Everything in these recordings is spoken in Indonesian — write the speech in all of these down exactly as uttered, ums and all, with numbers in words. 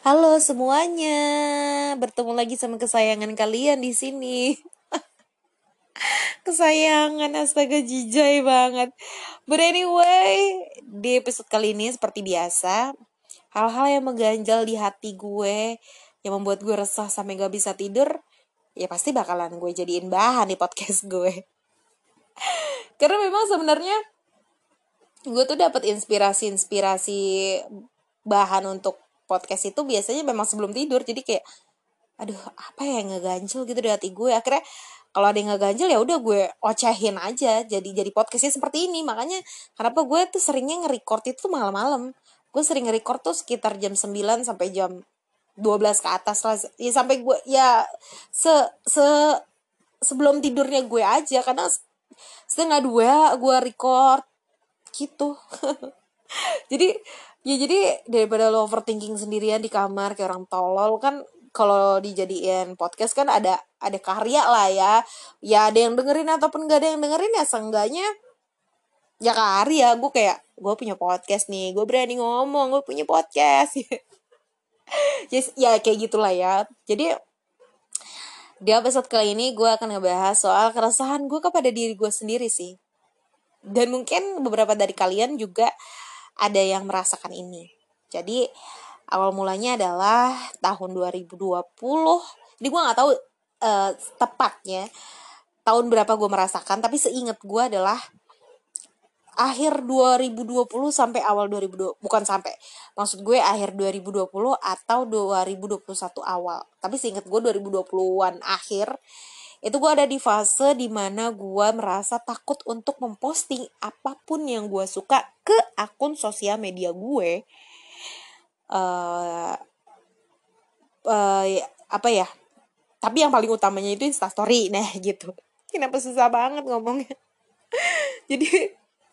Halo semuanya, bertemu lagi sama kesayangan kalian di sini. Kesayangan, astaga jijai banget. But anyway, di episode kali ini seperti biasa, hal-hal yang mengganjal di hati gue, yang membuat gue resah sampai gak bisa tidur, ya pasti bakalan gue jadiin bahan di podcast gue. Karena memang sebenarnya gue tuh dapat inspirasi-inspirasi bahan untuk podcast itu biasanya memang sebelum tidur. Jadi kayak aduh apa ya yang ngeganjel gitu di hati gue. Akhirnya kalau ada yang ngeganjel ya udah gue ocehin aja, jadi jadi podcastnya seperti ini. Makanya kenapa gue tuh seringnya nge-record itu malam-malam. Gue sering nge-record tuh sekitar jam sembilan sampai jam dua belas ke atas lah ya, sampai gue ya se se sebelum tidurnya gue aja, karena setengah dua gue record gitu. Jadi ya jadi daripada lo overthinking sendirian di kamar kayak orang tolol kan, kalau dijadiin podcast kan ada ada karya lah ya. Ya ada yang dengerin ataupun gak ada yang dengerin, ya seenggaknya ya karya. Gue kayak gue punya podcast nih, gue berani ngomong gue punya podcast. Yes, ya kayak gitulah ya. Jadi di episode kali ini gue akan ngebahas soal keresahan gue kepada diri gue sendiri sih. Dan mungkin beberapa dari kalian juga ada yang merasakan ini. Jadi awal mulanya adalah tahun dua ribu dua puluh. Jadi gue gak tahu uh, tepatnya tahun berapa gue merasakan, tapi seingat gue adalah akhir dua ribu dua puluh sampai awal dua ribu dua puluh. Bukan sampai, maksud gue akhir dua ribu dua puluh atau dua ribu dua puluh satu awal. Tapi seingat gue dua ribu dua puluhan akhir. Itu gue ada di fase dimana gue merasa takut untuk memposting apapun yang gue suka ke akun sosial media gue. Uh, uh, apa ya? Tapi yang paling utamanya itu Instastory. Nah gitu. Kenapa susah banget ngomongnya. Jadi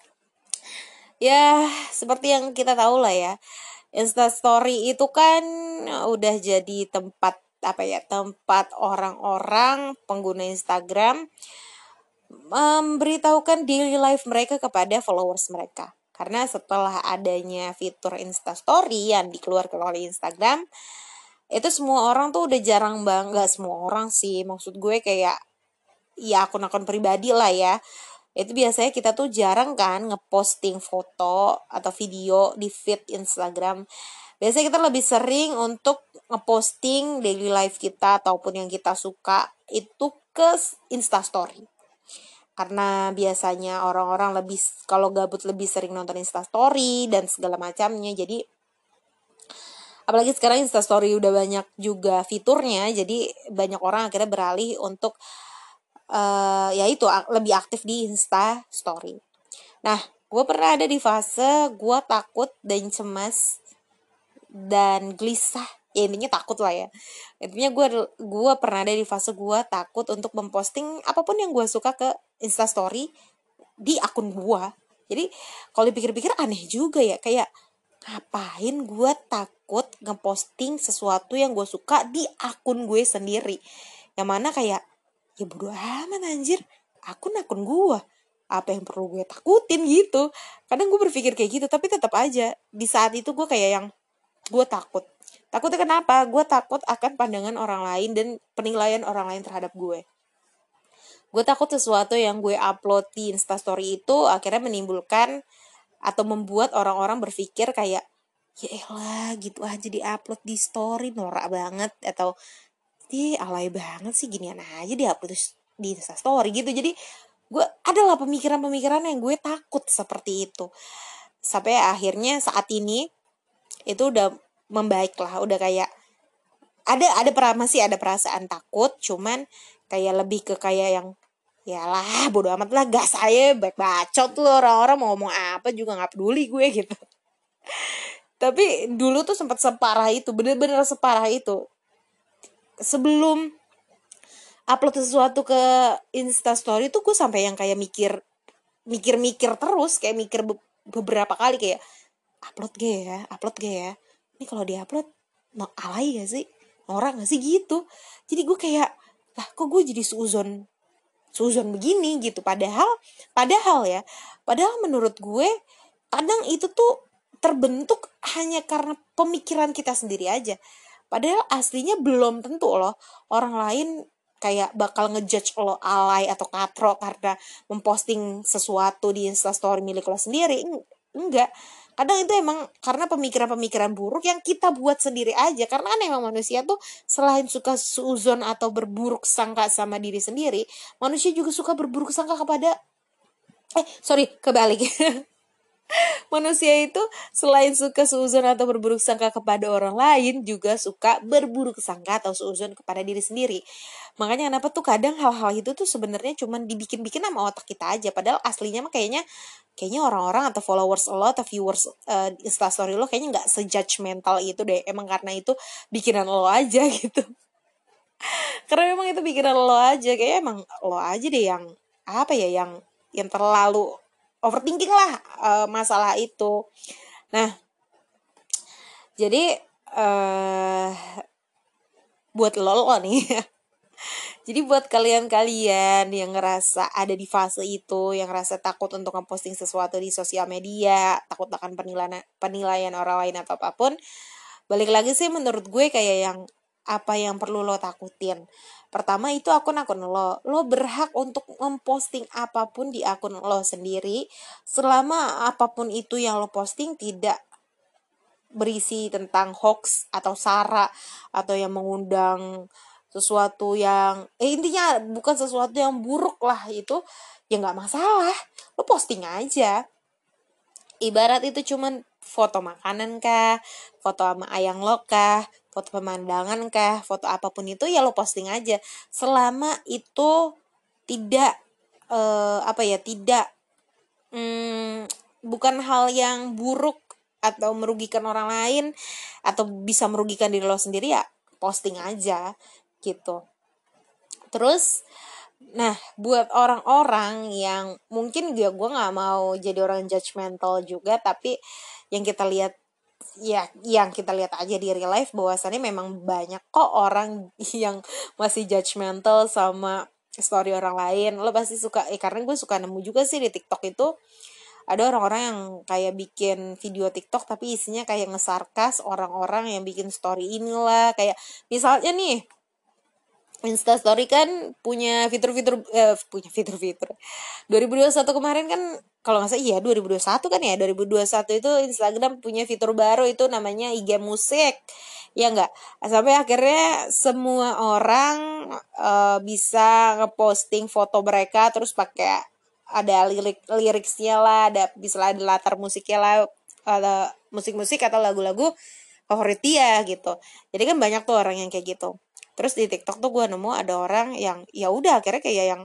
ya seperti yang kita tahu lah ya, Instastory itu kan udah jadi tempat apa ya, tempat orang-orang pengguna Instagram memberitahukan daily life mereka kepada followers mereka. Karena setelah adanya fitur Instastory yang dikeluarkan oleh Instagram, itu semua orang tuh udah jarang banget, gak semua orang sih, maksud gue kayak ya akun-akun pribadi lah ya, itu biasanya kita tuh jarang kan ngeposting foto atau video di feed Instagram. Biasanya kita lebih sering untuk ngeposting daily life kita ataupun yang kita suka itu ke Instastory. Karena biasanya orang-orang lebih, kalau gabut lebih sering nonton Instastory dan segala macamnya. Jadi apalagi sekarang Instastory udah banyak juga fiturnya, jadi banyak orang akhirnya beralih untuk Uh, ya itu lebih aktif di Insta Story. Nah, gue pernah ada di fase gue takut dan cemas dan gelisah. Ya intinya takut lah ya. Intinya gue gue pernah ada di fase gue takut untuk memposting apapun yang gue suka ke Insta Story di akun gue. Jadi kalau dipikir-pikir aneh juga ya, kayak ngapain gue takut ngeposting sesuatu yang gue suka di akun gue sendiri, yang mana kayak ya bodo amat anjir, akun-akun gue, apa yang perlu gue takutin gitu. Kadang gue berpikir kayak gitu, tapi tetap aja di saat itu gue kayak yang gue takut. Takutnya kenapa? Gue takut akan pandangan orang lain dan penilaian orang lain terhadap gue. Gue takut sesuatu yang gue upload di Instastory itu akhirnya menimbulkan atau membuat orang-orang berpikir kayak ya elah gitu aja di-upload di story, norak banget, atau dia alay banget sih, ginian aja di-upload di Instastory gitu. Jadi gue adalah pemikiran-pemikiran yang gue takut seperti itu. Sampai akhirnya saat ini itu udah membaik lah, udah kayak ada ada pernah masih ada perasaan takut, cuman kayak lebih ke kayak yang yalah bodo amat lah, gas saya baik bacot tuh orang-orang mau ngomong apa juga nggak peduli gue gitu. Tapi dulu tuh sempat separah itu, bener-bener separah itu. Sebelum upload sesuatu ke Instastory tuh gue sampai yang kayak mikir mikir-mikir terus, kayak mikir be- beberapa kali kayak upload gak ya, upload gak ya, ini kalau diupload no, alay gak sih, orang gak sih gitu. Jadi gue kayak lah kok gue jadi suzon suzon begini gitu. Padahal padahal ya padahal menurut gue kadang itu tuh terbentuk hanya karena pemikiran kita sendiri aja. Padahal aslinya belum tentu loh orang lain kayak bakal ngejudge lo alay atau katro karena memposting sesuatu di Instastory milik lo sendiri. Enggak. Kadang itu emang karena pemikiran-pemikiran buruk yang kita buat sendiri aja. Karena kan emang manusia tuh selain suka suuzon atau berburuk sangka sama diri sendiri, manusia juga suka berburuk sangka kepada eh sorry kebalik. Manusia itu selain suka suuzon atau berburuk sangka kepada orang lain, juga suka berburuk sangka atau suuzon kepada diri sendiri. Makanya kenapa tuh kadang hal-hal itu tuh sebenarnya cuman dibikin-bikin sama otak kita aja. Padahal aslinya mah kayaknya kayaknya orang-orang atau followers lo atau viewers uh, Instastory lo kayaknya nggak sejudgmental itu deh. Emang karena itu bikinan lo aja gitu. Karena memang itu pikiran lo aja, kayak emang lo aja deh yang apa ya, yang yang terlalu overthinking lah uh, masalah itu. Nah, jadi uh, buat lo, lo nih, jadi buat kalian-kalian yang ngerasa ada di fase itu, yang ngerasa takut untuk ngeposting sesuatu di sosial media, takut akan penilaian penilaian orang lain atau apapun, balik lagi sih menurut gue kayak yang apa yang perlu lo takutin. Pertama itu akun-akun lo. Lo berhak untuk memposting apapun di akun lo sendiri selama apapun itu yang lo posting tidak berisi tentang hoax atau sara atau yang mengundang sesuatu yang eh intinya bukan sesuatu yang buruk lah, itu ya nggak masalah. Lo posting aja. Ibarat itu cuman foto makanan kah, foto sama ayang lo kah, foto pemandangan kah, foto apapun itu ya lo posting aja. Selama itu tidak eh, apa ya, tidak hmm, bukan hal yang buruk atau merugikan orang lain atau bisa merugikan diri lo sendiri, ya posting aja gitu. Terus nah, buat orang-orang yang mungkin gue gue nggak mau jadi orang judgmental juga, tapi yang kita lihat ya yang kita lihat aja di real life bahwasannya memang banyak kok orang yang masih judgmental sama story orang lain. Lo pasti suka eh karena gue suka nemu juga sih di TikTok itu ada orang-orang yang kayak bikin video TikTok tapi isinya kayak ngesarkas orang-orang yang bikin story inilah. Kayak misalnya nih, Instastory kan punya fitur-fitur eh, punya fitur-fitur. dua ribu dua puluh satu kemarin kan, kalau nggak salah iya dua ribu dua puluh satu kan ya, dua ribu dua puluh satu itu Instagram punya fitur baru itu namanya I G musik. Ya enggak? Sampai akhirnya semua orang uh, bisa ngeposting foto mereka terus pakai ada lirik liriknya lah, ada bisa ada latar musiknya lah, ada musik-musik atau lagu-lagu favorit dia gitu. Jadi kan banyak tuh orang yang kayak gitu. Terus di TikTok tuh gue nemu ada orang yang ya udah akhirnya kayak yang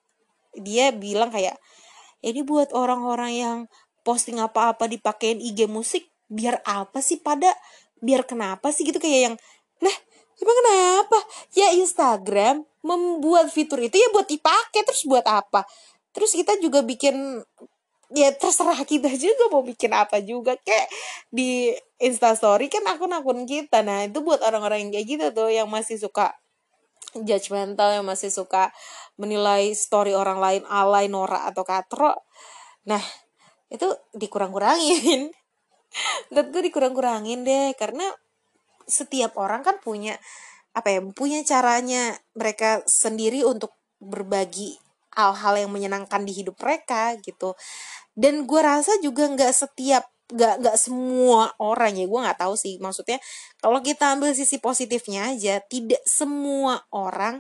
dia bilang kayak, ini buat orang-orang yang posting apa-apa dipakein I G musik biar apa sih, pada biar kenapa sih gitu. Kayak yang lah emang kenapa ya, Instagram membuat fitur itu ya buat dipakai, terus buat apa. Terus kita juga bikin, ya terserah kita juga mau bikin apa juga. Kayak di Instastory kan akun-akun kita. Nah itu buat orang-orang yang kayak gitu tuh, yang masih suka judgmental, yang masih suka menilai story orang lain alay, norak atau katro. Nah itu dikurang-kurangin. Menurut gue dikurang-kurangin deh, karena setiap orang kan punya apa ya, punya caranya mereka sendiri untuk berbagi hal-hal yang menyenangkan di hidup mereka gitu. Dan gue rasa juga nggak setiap nggak nggak semua orang, ya gue nggak tahu sih, maksudnya kalau kita ambil sisi positifnya aja, tidak semua orang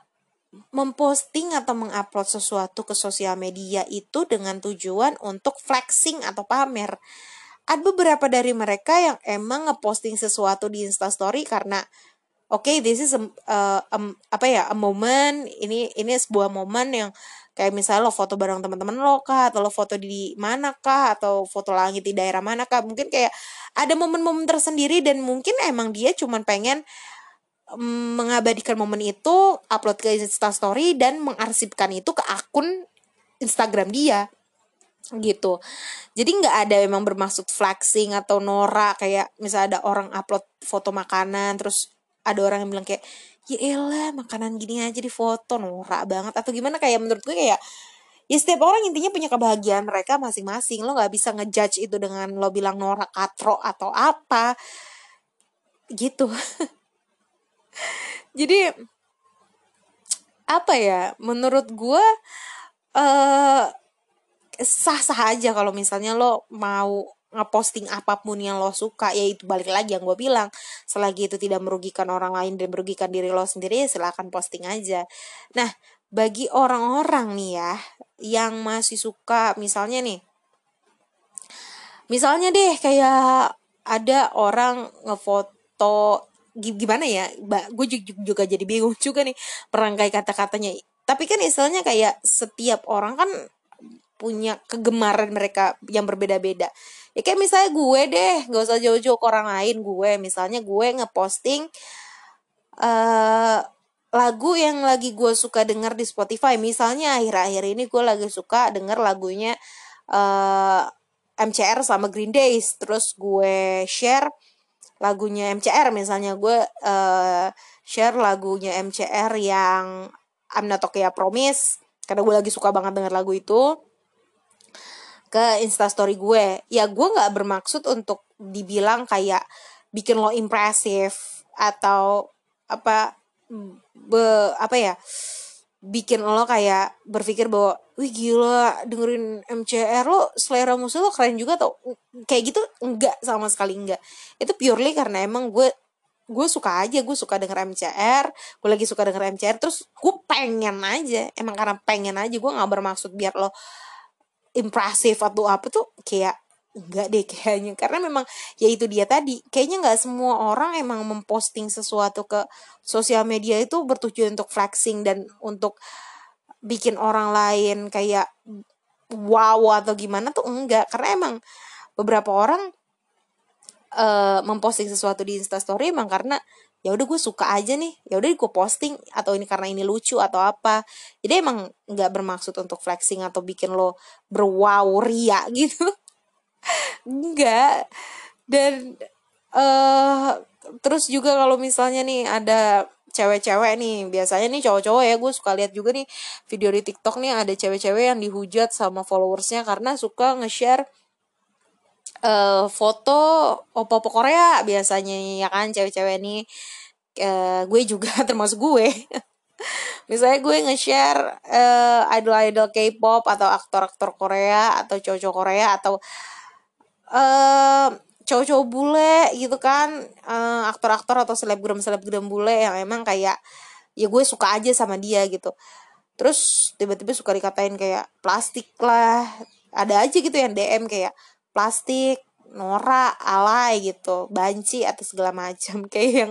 memposting atau mengupload sesuatu ke sosial media itu dengan tujuan untuk flexing atau pamer. Ada beberapa dari mereka yang emang ngeposting sesuatu di Instastory karena oke, okay, this is a, uh, um, apa ya, a moment, ini ini sebuah momen yang kayak misalnya lo foto bareng teman-teman lo kah, atau lo foto di mana kah, atau foto langit di daerah mana kah, mungkin kayak ada momen-momen tersendiri dan mungkin emang dia cuman pengen um, mengabadikan momen itu, upload ke Instastory dan mengarsipkan itu ke akun Instagram dia gitu. Jadi nggak ada emang bermaksud flexing atau norak, kayak misalnya ada orang upload foto makanan terus ada orang yang bilang kayak, ya elah makanan gini aja di foto, norak banget atau gimana. Kayak menurut gue kayak Ya setiap orang intinya punya kebahagiaan mereka masing-masing. Lo gak bisa ngejudge itu dengan lo bilang norak katro atau apa gitu. Jadi apa ya, menurut gue uh, sah-sah aja kalau misalnya lo mau ngeposting apapun yang lo suka. Ya itu balik lagi yang gue bilang, selagi itu tidak merugikan orang lain dan merugikan diri lo sendiri, ya silakan posting aja. Nah, bagi orang-orang nih ya yang masih suka, misalnya nih misalnya deh kayak ada orang ngefoto, gimana ya, gue juga jadi bingung juga nih perangkai kata-katanya. Tapi kan istilahnya kayak setiap orang kan punya kegemaran mereka yang berbeda-beda. Ya kayak misalnya gue deh, gak usah jauh-jauh ke orang lain. Gue misalnya gue ngeposting uh, lagu yang lagi gue suka denger di Spotify. Misalnya akhir-akhir ini gue lagi suka denger lagunya uh, M C R sama Green Days. Terus gue share lagunya M C R, misalnya gue uh, share lagunya M C R yang I'm Not Okay I Promise, karena gue lagi suka banget denger lagu itu, ke instastory gue. Ya gue gak bermaksud untuk dibilang kayak bikin lo impresif atau apa be, apa ya bikin lo kayak berpikir bahwa wih gila dengerin M C R, lo selera musik lo keren juga tau, kayak gitu. Enggak, sama sekali enggak. Itu purely karena emang gue gue suka aja, gue suka denger M C R, gue lagi suka denger M C R, terus gue pengen aja, emang karena pengen aja. Gue gak bermaksud biar lo impresif atau apa tuh, kayak enggak deh kayaknya. Karena memang ya itu dia tadi, kayaknya nggak semua orang emang memposting sesuatu ke sosial media itu bertujuan untuk flexing dan untuk bikin orang lain kayak wow atau gimana tuh, enggak. Karena emang beberapa orang uh, memposting sesuatu di Instastory emang karena ya udah gue suka aja nih, ya udah gue posting, atau ini karena ini lucu atau apa. Jadi emang nggak bermaksud untuk flexing atau bikin lo berwow ria gitu. Enggak. Dan uh, terus juga kalau misalnya nih ada cewek-cewek nih, biasanya nih cowok-cowok ya, gue suka lihat juga nih video di TikTok nih, ada cewek-cewek yang dihujat sama followersnya karena suka nge-share uh, foto opo-opo Korea biasanya ya kan, cewek-cewek nih. Uh, gue juga termasuk gue. Misalnya gue nge-share uh, idol-idol K-pop atau aktor-aktor Korea atau cowok-cowok Korea atau uh, cowok-cowok bule gitu kan, uh, aktor-aktor atau selebgram-selebgram bule yang emang kayak ya gue suka aja sama dia gitu. Terus tiba-tiba suka dikatain kayak plastik lah, ada aja gitu yang D M kayak plastik, norak, alay gitu, banci atau segala macam. Kayak yang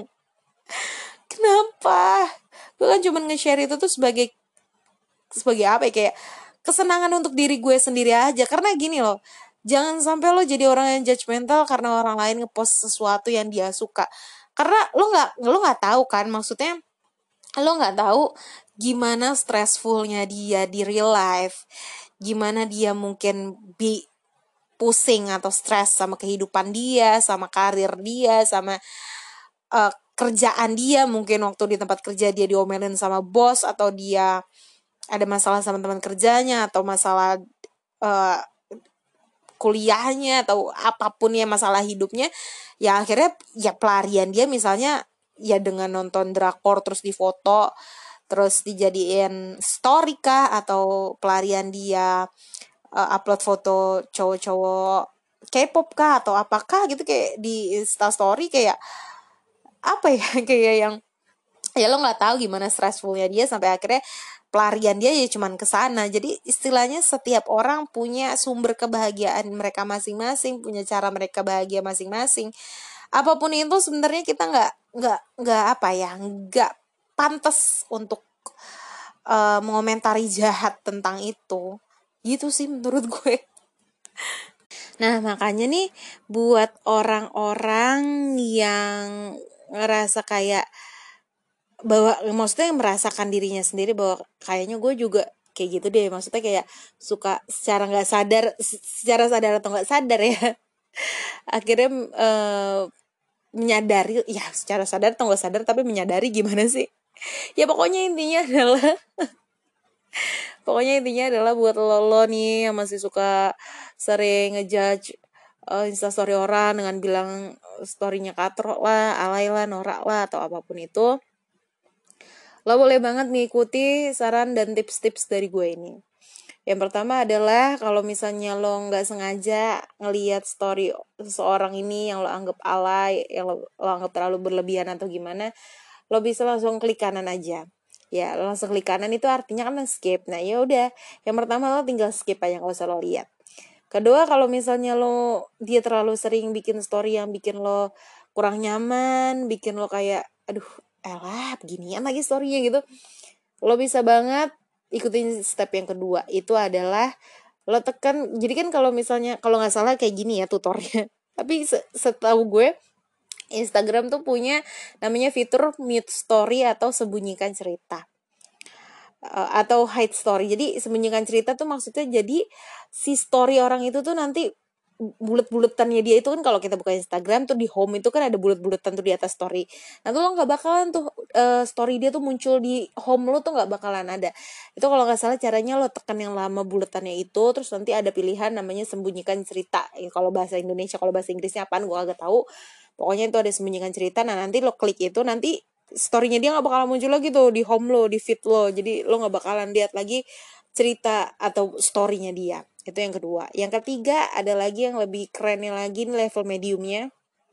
kenapa? Gue kan cuma nge-share itu tuh sebagai sebagai apa ya, kayak kesenangan untuk diri gue sendiri aja. Karena gini loh, jangan sampai lo jadi orang yang judgmental karena orang lain ngepost sesuatu yang dia suka. Karena lo nggak lo nggak tahu kan, maksudnya lo nggak tahu gimana stressfulnya dia di real life, gimana dia mungkin bi pusing atau stres sama kehidupan dia, sama karir dia, sama uh, kerjaan dia. Mungkin waktu di tempat kerja dia diomelin sama bos, atau dia ada masalah sama teman kerjanya, atau masalah uh, kuliahnya, atau apapun ya masalah hidupnya. Ya akhirnya ya pelarian dia misalnya ya dengan nonton drakor terus difoto terus dijadiin story kah, atau pelarian dia uh, upload foto cowok-cowok K-pop kah atau apakah gitu, kayak di Insta story. Kayak apa ya, kayak yang ya lo nggak tahu gimana stressfulnya dia sampai akhirnya pelarian dia ya cuman kesana. Jadi istilahnya setiap orang punya sumber kebahagiaan mereka masing-masing, punya cara mereka bahagia masing-masing. Apapun itu sebenarnya kita nggak nggak nggak apa ya nggak pantas untuk uh, mengomentari jahat tentang itu, gitu sih menurut gue. Nah makanya nih buat orang-orang yang ngerasa kayak bahwa maksudnya merasakan dirinya sendiri bahwa kayaknya gue juga kayak gitu deh, maksudnya kayak suka secara nggak sadar, secara sadar atau nggak sadar ya, akhirnya uh, menyadari, ya secara sadar atau nggak sadar tapi menyadari, gimana sih ya, pokoknya intinya adalah Pokoknya intinya adalah buat lo, lo nih yang masih suka sering ngejudge uh, instastory orang dengan bilang storynya katrok lah, alay lah, norak lah, atau apapun itu, lo boleh banget mengikuti saran dan tips-tips dari gue ini. Yang pertama adalah kalau misalnya lo nggak sengaja ngelihat story seseorang ini yang lo anggap alay, yang lo, lo anggap terlalu berlebihan atau gimana, lo bisa langsung klik kanan aja. Ya, lo langsung klik kanan itu artinya kan skip. Nah, ya udah. Yang pertama lo tinggal skip aja, nggak usah lo lihat. Kedua, kalau misalnya lo dia terlalu sering bikin story yang bikin lo kurang nyaman, bikin lo kayak aduh, elah beginian lagi storynya gitu, lo bisa banget ikutin step yang kedua. Itu adalah lo tekan, jadi kan kalau misalnya kalau nggak salah kayak gini ya tutornya. Tapi setahu gue Instagram tuh punya namanya fitur mute story atau sembunyikan cerita uh, atau hide story. Jadi sembunyikan cerita tuh maksudnya jadi si story orang itu tuh nanti bulet-buletannya dia itu kan, kalau kita buka Instagram tuh di home itu kan ada bulet-buletan tuh di atas story. Nah tuh lo nggak bakalan tuh uh, story dia tuh muncul di home lo tuh nggak bakalan ada. Itu kalau nggak salah caranya lo tekan yang lama buletannya itu, terus nanti ada pilihan namanya sembunyikan cerita. Ya, kalau bahasa Indonesia, kalau bahasa Inggrisnya apaan gue agak tahu. Pokoknya itu ada sembunyikan cerita. Nah nanti lo klik itu, nanti storynya dia nggak bakalan muncul lagi tuh di home lo, di feed lo. Jadi lo nggak bakalan lihat lagi cerita atau storynya dia. Itu yang kedua. Yang ketiga ada lagi yang lebih kerennya lagi, level mediumnya.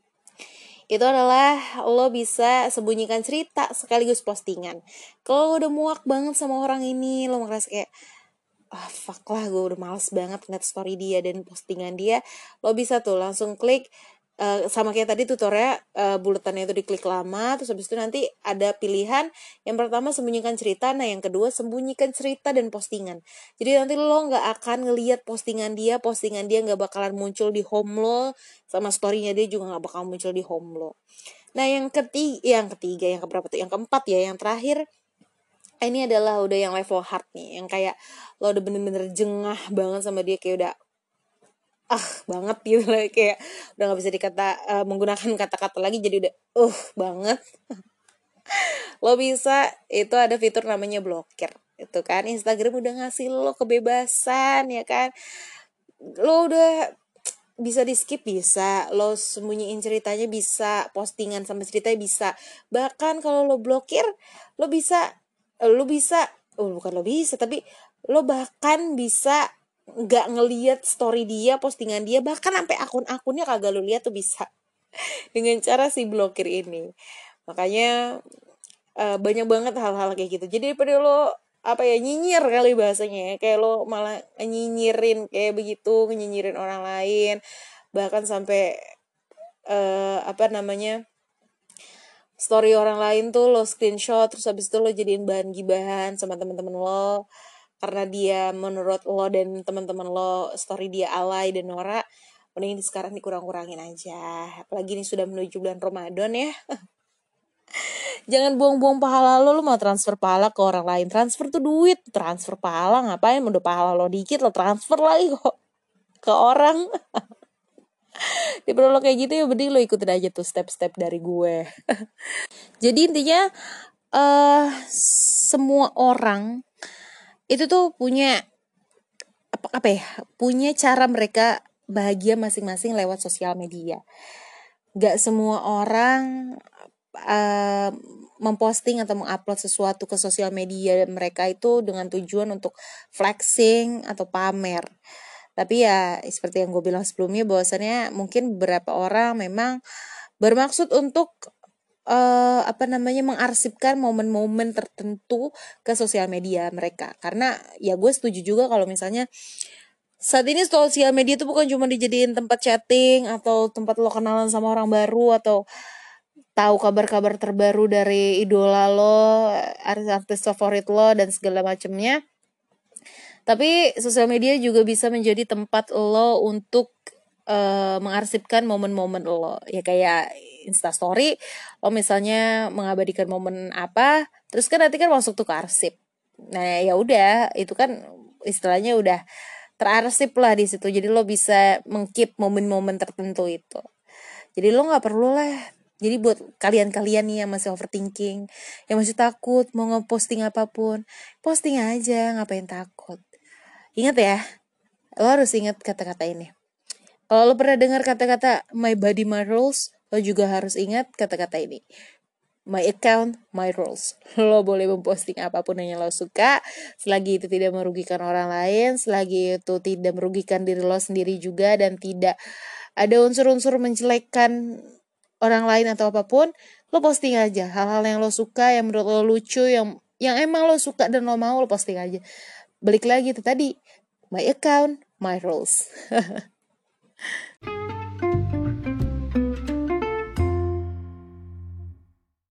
Itu adalah lo bisa sembunyikan cerita sekaligus postingan. Kalau udah muak banget sama orang ini, lo ngerasa kayak ah fuck lah, gue udah males banget ngeliat story dia dan postingan dia, lo bisa tuh langsung klik uh, sama kayak tadi tutorial, uh, buletannya itu diklik lama, terus habis itu nanti ada pilihan yang pertama sembunyikan cerita, nah yang kedua sembunyikan cerita dan postingan. Jadi nanti lo nggak akan ngelihat postingan dia, postingan dia nggak bakalan muncul di home lo, sama storynya dia juga nggak bakal muncul di home lo. Nah yang ketiga, yang ketiga, yang keberapa tuh? Yang keempat ya, yang terakhir. Ini adalah udah yang level hard nih, yang kayak lo udah bener-bener jengah banget sama dia, kayak udah ah banget gitu lah, kayak udah nggak bisa dikata uh, menggunakan kata-kata lagi, jadi udah uh banget. Lo bisa, itu ada fitur namanya blokir. Itu kan Instagram udah ngasih lo kebebasan ya kan. Lo udah bisa di skip, bisa lo sembunyiin ceritanya, bisa postingan sama ceritanya bisa. Bahkan kalau lo blokir, lo bisa lo bisa oh bukan lo bisa tapi lo bahkan bisa nggak ngelihat story dia, postingan dia, bahkan sampai akun-akunnya kagak lo lihat tuh bisa dengan cara si blokir ini. Makanya uh, banyak banget hal-hal kayak gitu. Jadi daripada lo apa ya, nyinyir kali bahasanya ya, kayak lo malah nyinyirin kayak begitu, nyinyirin orang lain, bahkan sampai uh, apa namanya story orang lain tuh lo screenshot, terus habis itu lo jadiin bahan gibahan sama teman-teman lo karena dia menurut lo dan teman-teman lo story dia alay dan norak. Mending sekarang dikurang-kurangin aja, apalagi ini sudah menuju bulan Ramadan ya. Jangan buang-buang pahala lo, lo mau transfer pahala ke orang lain, transfer tuh duit, transfer pahala ngapain, udah pahala lo dikit lo transfer lagi kok ke orang. Daripada lo kayak gitu ya mending lo ikutin aja tuh step-step dari gue. Jadi intinya uh, semua orang itu tuh punya apa apa ya, punya cara mereka bahagia masing-masing lewat sosial media. Gak semua orang uh, memposting atau mengupload sesuatu ke sosial media mereka itu dengan tujuan untuk flexing atau pamer. Tapi ya seperti yang gue bilang sebelumnya, bahwasannya mungkin beberapa orang memang bermaksud untuk uh, apa namanya mengarsipkan momen-momen tertentu ke sosial media mereka. Karena ya gue setuju juga kalau misalnya saat ini sosial media itu bukan cuma dijadiin tempat chatting atau tempat lo kenalan sama orang baru atau tahu kabar-kabar terbaru dari idola lo, artis-artis favorit lo dan segala macamnya. Tapi sosial media juga bisa menjadi tempat lo untuk uh, mengarsipkan momen-momen lo. Ya kayak Instastory, lo misalnya mengabadikan momen apa, terus kan nanti kan masuk tuh ke arsip. Nah ya udah, itu kan istilahnya udah terarsip lah di situ. Jadi lo bisa mengkeep momen-momen tertentu itu. Jadi lo nggak perlu lah Jadi buat kalian-kalian nih yang masih overthinking, yang masih takut mau ngeposting apapun, posting aja, ngapain takut. Ingat ya, lo harus ingat kata-kata ini. Kalau lo pernah dengar kata-kata my body my rules, lo juga harus ingat kata-kata ini. My account, my rules. Lo boleh memposting apapun yang lo suka, selagi itu tidak merugikan orang lain, selagi itu tidak merugikan diri lo sendiri juga, dan tidak ada unsur-unsur menjelekkan orang lain atau apapun, lo posting aja hal-hal yang lo suka, yang menurut lo lucu, yang yang emang lo suka dan lo mau, lo posting aja. Balik lagi itu tadi, my account, my rules.